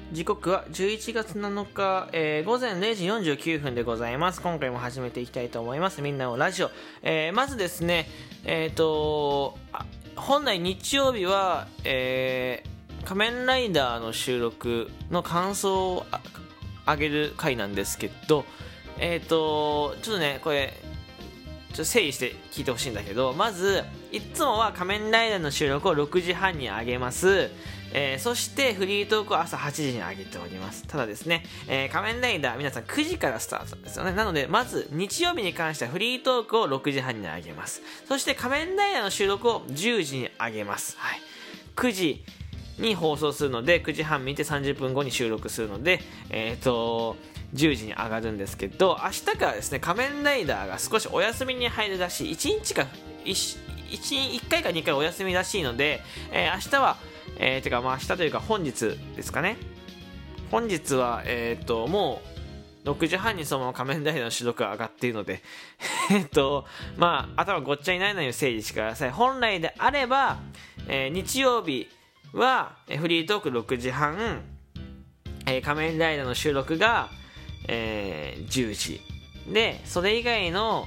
時刻は11月7日、午前0時49分でございます。今回も始めていきたいと思います。みんなのラジオ。まずですね、本来日曜日は、仮面ライダーの収録の感想をあげる回なんですけど、ちょっとね、これ、ちょっと整理して聞いてほしいんだけど、まず、いつもは仮面ライダーの収録を6時半に上げます。そしてフリートークを朝8時に上げております。ただですね、仮面ライダー皆さん9時からスタートですよね。なのでまず日曜日に関してはフリートークを6時半に上げます。そして仮面ライダーの収録を10時に上げます。はい、9時に放送するので9時半見て30分後に収録するので10時に上がるんですけど、明日からですね仮面ライダーが少しお休みに入るらしい。1回か2回お休みらしいので、明日は明日というか本日ですかね。本日はもう6時半にそのまま仮面ライダーの収録が上がっているので頭ごっちゃにならないように整理してください。本来であれば、日曜日はフリートーク6時半、仮面ライダーの収録が、10時で、それ以外の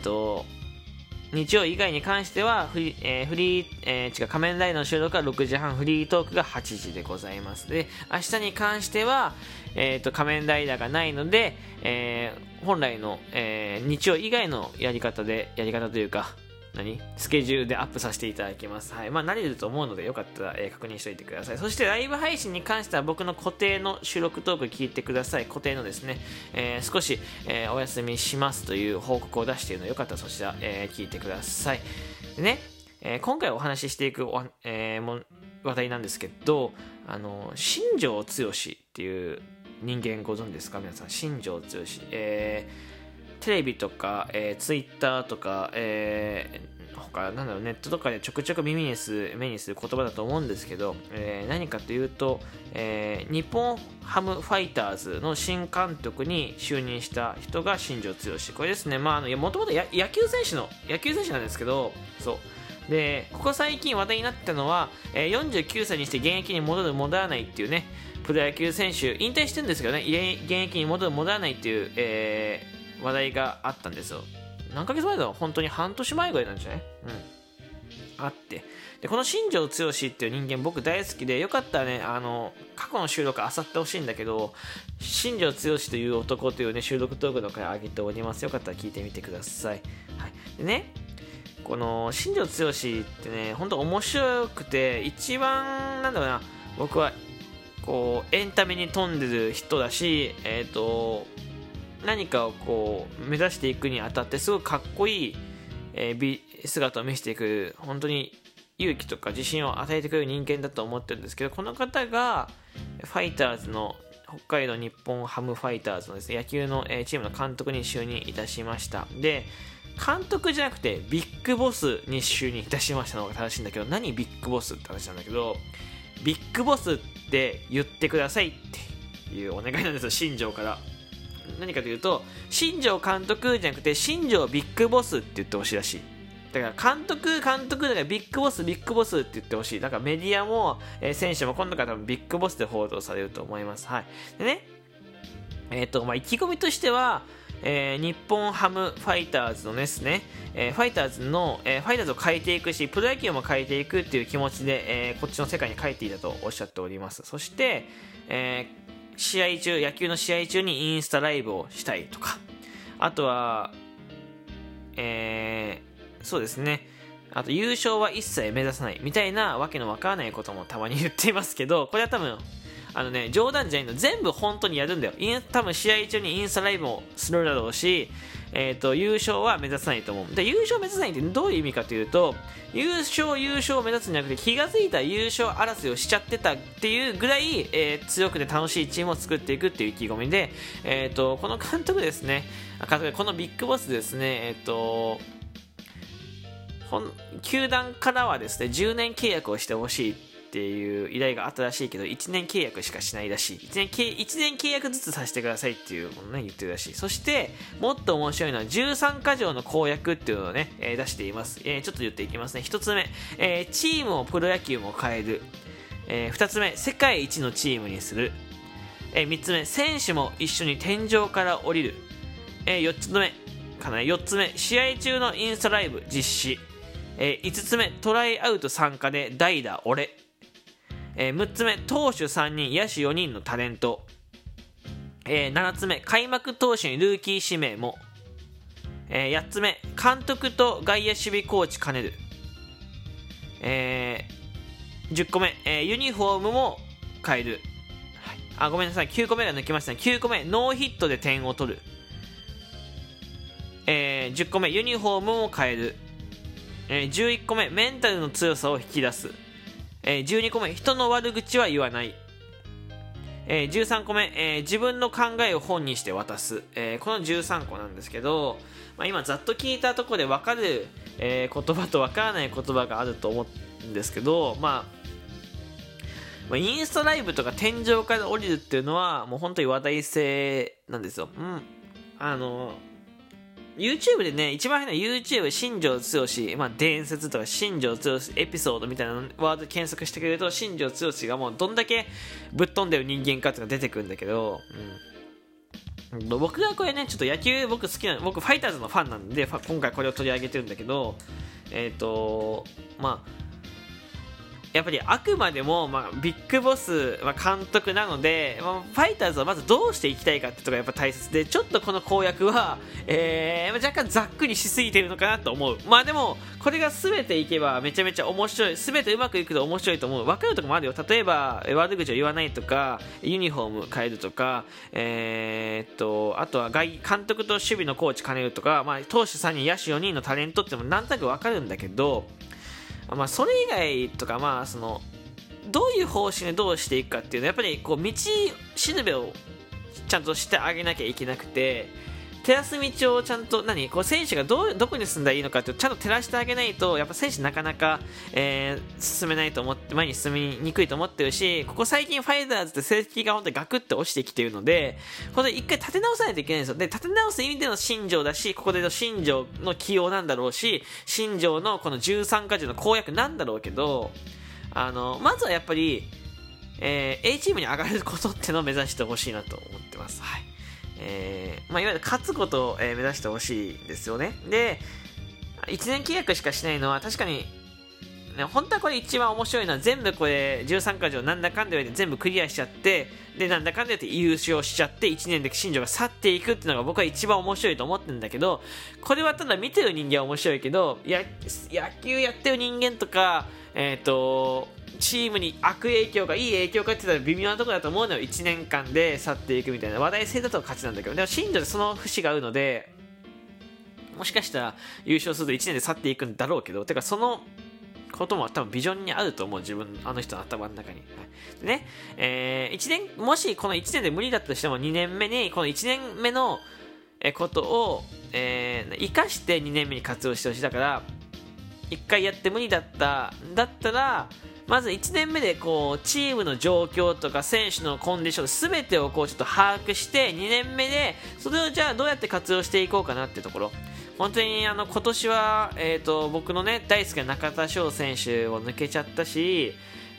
日曜以外に関しては仮面ライダーの収録は6時半、フリートークが8時でございます。で、明日に関しては、仮面ライダーがないので、本来の、日曜以外のやり方というかスケジュールでアップさせていただきます。はい、慣れると思うのでよかったら、確認しておいてください。そしてライブ配信に関しては僕の固定の収録トーク聞いてください。固定のですね、少し、お休みしますという報告を出しているのでよかったらそちら、聞いてください。でね、今回お話ししていく話題なんですけど、新庄剛志っていう人間ご存知ですか皆さん。新庄剛志、テレビとか、ツイッターとか、他ネットとかでちょくちょく目にする言葉だと思うんですけど、何かというと、日本ハムファイターズの新監督に就任した人が新庄剛志。これですね、もともと野球選手なんですけど、そうで、ここ最近話題になったのは、49歳にして現役に戻る戻らないっていうね、プロ野球選手引退してるんですけどね、現役に戻る戻らないっていう、話題があったんですよ。何ヶ月前だろう、本当に半年前ぐらいなんじゃない？あって、でこの新庄剛志っていう人間僕大好きで、よかったらね過去の収録漁ってほしいんだけど、新庄剛志という男というね収録トークの回上げております。よかったら聞いてみてください。はい、でね、この新庄剛志ってね本当面白くて、一番僕はこうエンタメに富んでる人だし、何かをこう目指していくにあたってすごくかっこいい、姿を見せていく、本当に勇気とか自信を与えてくれる人間だと思ってるんですけど、この方がファイターズの北海道日本ハムファイターズのですね野球のチームの監督に就任いたしました。で、監督じゃなくてビッグボスに就任いたしましたのが正しいんだけど、何ビッグボスって話なんだけど、ビッグボスって言ってくださいっていうお願いなんですよ、新庄から。何かというと、新庄監督じゃなくて新庄ビッグボスって言ってほしいらしい。だから監督だからビッグボスって言ってほしい。だからメディアも、選手も今度から多分ビッグボスで報道されると思います。はい。でね、意気込みとしては、日本ハムファイターズのですね、ファイターズを変えていくし、プロ野球も変えていくっていう気持ちで、こっちの世界に帰っていたとおっしゃっております。そして、野球の試合中にインスタライブをしたいとか、あとは、そうですね、あと優勝は一切目指さないみたいなわけのわからないこともたまに言っていますけど、これは多分冗談じゃないの、全部本当にやるんだよ。多分試合中にインスタライブもするだろうし、優勝は目指さないと思う。で、優勝目指さないってどういう意味かというと、優勝を目指すんじゃなくて、気がついたら優勝争いをしちゃってたっていうぐらい、強くて楽しいチームを作っていくっていう意気込みで、この監督ですね、このビッグボスですね、球団からはですね10年契約をしてほしいっていう依頼があったらしいけど、1年契約しかしないらしい。1年契約ずつさせてくださいっていうものをね言ってるらしい。そしてもっと面白いのは13か条の公約っていうのをね、出しています。ちょっと言っていきますね。1つ目、チームをプロ野球も変える。2つ目、世界一のチームにする。 3つ目、選手も一緒に天井から降りる。4つ目かな、4つ目、試合中のインスタライブ実施。5つ目、トライアウト参加で代打俺。6つ目、投手3人野手4人のタレント。7つ目、開幕投手にルーキー指名も。8つ目、監督と外野守備コーチ兼ねる。10個目、ユニフォームも変える。はい、ごめんなさい、9個目が抜きましたね。9個目、ノーヒットで点を取る。10個目、ユニフォームも変える。11個目、メンタルの強さを引き出す。12個目、人の悪口は言わない。13個目、自分の考えを本にして渡す。この13個なんですけど、今ざっと聞いたところで分かる、言葉と分からない言葉があると思うんですけど、インスタライブとか天井から降りるっていうのはもう本当に話題性なんですよ。YouTube でね、一番早いのは YouTube 新庄剛志、伝説とか新庄剛志エピソードみたいなワード検索してくれると、新庄剛志がもうどんだけぶっ飛んでる人間かっていうのが出てくるんだけど、僕がこれね、ちょっと野球僕好きな、僕ファイターズのファンなんで今回これを取り上げてるんだけど、やっぱりあくまでも、ビッグボス、監督なので、ファイターズはまずどうしていきたいかってところがやっぱ大切で、ちょっとこの公約は、若干ざっくりしすぎてるのかなと思う。でもこれが全ていけばめちゃめちゃ面白い、全てうまくいくと面白いと思う。分かるところもあるよ。例えば悪口を言わないとか、ユニフォーム変えるとか、あとは監督と守備のコーチ兼ねるとか、投手3人野手4人のタレントってもなんとなく分かるんだけど、それ以外とか、どういう方針でどうしていくかっていうのはやっぱりこう道しるべをちゃんとしてあげなきゃいけなくて、照らす道をちゃんとこう選手がどこに進んだらいいのかってちゃんと照らしてあげないと、やっぱ選手なかなか、進めないと思って、前に進みにくいと思ってるし、ここ最近ファイターズって成績が本当にガクッと落ちてきているので、本当に一回立て直さないといけないんですよ。で、立て直す意味での新庄だし、ここでの新庄の起用なんだろうし、新庄のこの13か条の公約なんだろうけど、まずはやっぱり、A チームに上がることってのを目指してほしいなと思ってます。はい。いわゆる勝つことを、目指してほしいですよね。で、1年契約しかしないのは確かに、本当はこれ一番面白いのは全部これ13か条なんだかんだ言われて全部クリアしちゃって、でなんだかんだ言って優勝しちゃって1年で新庄が去っていくっていうのが僕は一番面白いと思ってるんだけど、これはただ見てる人間は面白いけど、野球やってる人間とかチームに悪影響がいい影響かって言ったら微妙なところだと思うのよ。1年間で去っていくみたいな話題性だと勝ちなんだけど、でも新庄でその節が合うので、もしかしたら優勝すると1年で去っていくんだろうけど、てかそのことも多分ビジョンにあると思う、あの人の頭の中に。でね、もしこの1年で無理だったとしても2年目にこの1年目のことを、生かして2年目に活用してほしい。だから1回やって無理だったら、まず1年目でこうチームの状況とか選手のコンディション全てをこうちょっと把握して、2年目でそれをじゃあどうやって活用していこうかなっていうところ。本当に今年は、僕のね大好きな中田翔選手を抜けちゃったし、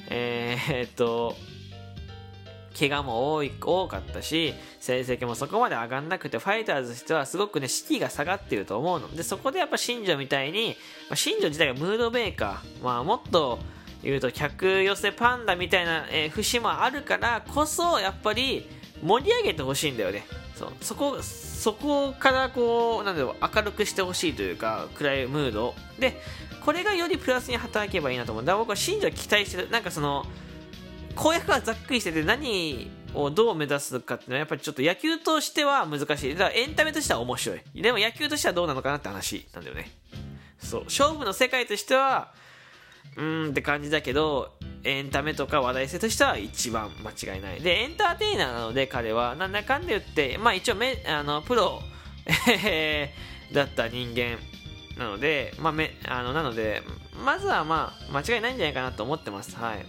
怪我も多かったし、成績もそこまで上がんなくて、ファイターズとしてはすごくね士気が下がっていると思うので、そこでやっぱ新庄みたいに、新庄自体がムードメーカー、もっと言うと客寄せパンダみたいな、節もあるからこそ、やっぱり盛り上げてほしいんだよね。そこからこう明るくしてほしいというか、暗いムードで、これがよりプラスに働けばいいなと思う。だから僕は新庄期待してる。公約がざっくりしてて何をどう目指すかっていうのはやっぱりちょっと野球としては難しい。だからエンタメとしては面白い。でも野球としてはどうなのかなって話なんだよね。勝負の世界としてはって感じだけど、エンタメとか話題性としては一番間違いない。でエンターテイナーなので、彼はなんだかんだ言って一応プロだった人間なので、なのでまずは間違いないんじゃないかなと思ってます。はい。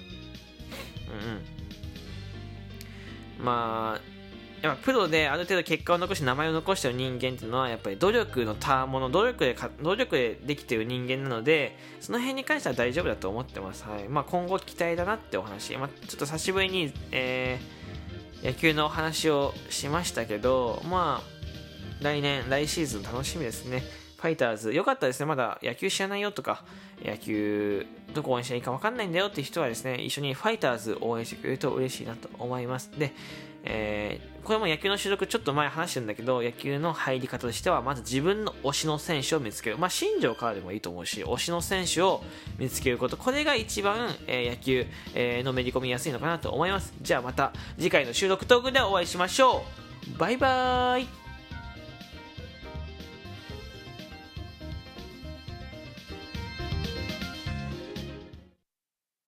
やっぱプロである程度結果を残し名前を残している人間っていうのはやっぱり努力のたわもの、努力でできている人間なので、その辺に関しては大丈夫だと思ってます。はい。今後期待だなってお話。ちょっと久しぶりに、 野球の話をしましたけど、来シーズン楽しみですね。ファイターズ良かったですね。まだ野球知らないよとか、野球どこ応援したらいいか分かんないんだよっていう人はですね、一緒にファイターズ応援してくれると嬉しいなと思います。で、これも野球の収録ちょっと前話してるんだけど、野球の入り方としてはまず自分の推しの選手を見つける。新庄からでもいいと思うし、推しの選手を見つけること、これが一番、野球、のめり込みやすいのかなと思います。じゃあまた次回の収録トークでお会いしましょう。バイバーイ。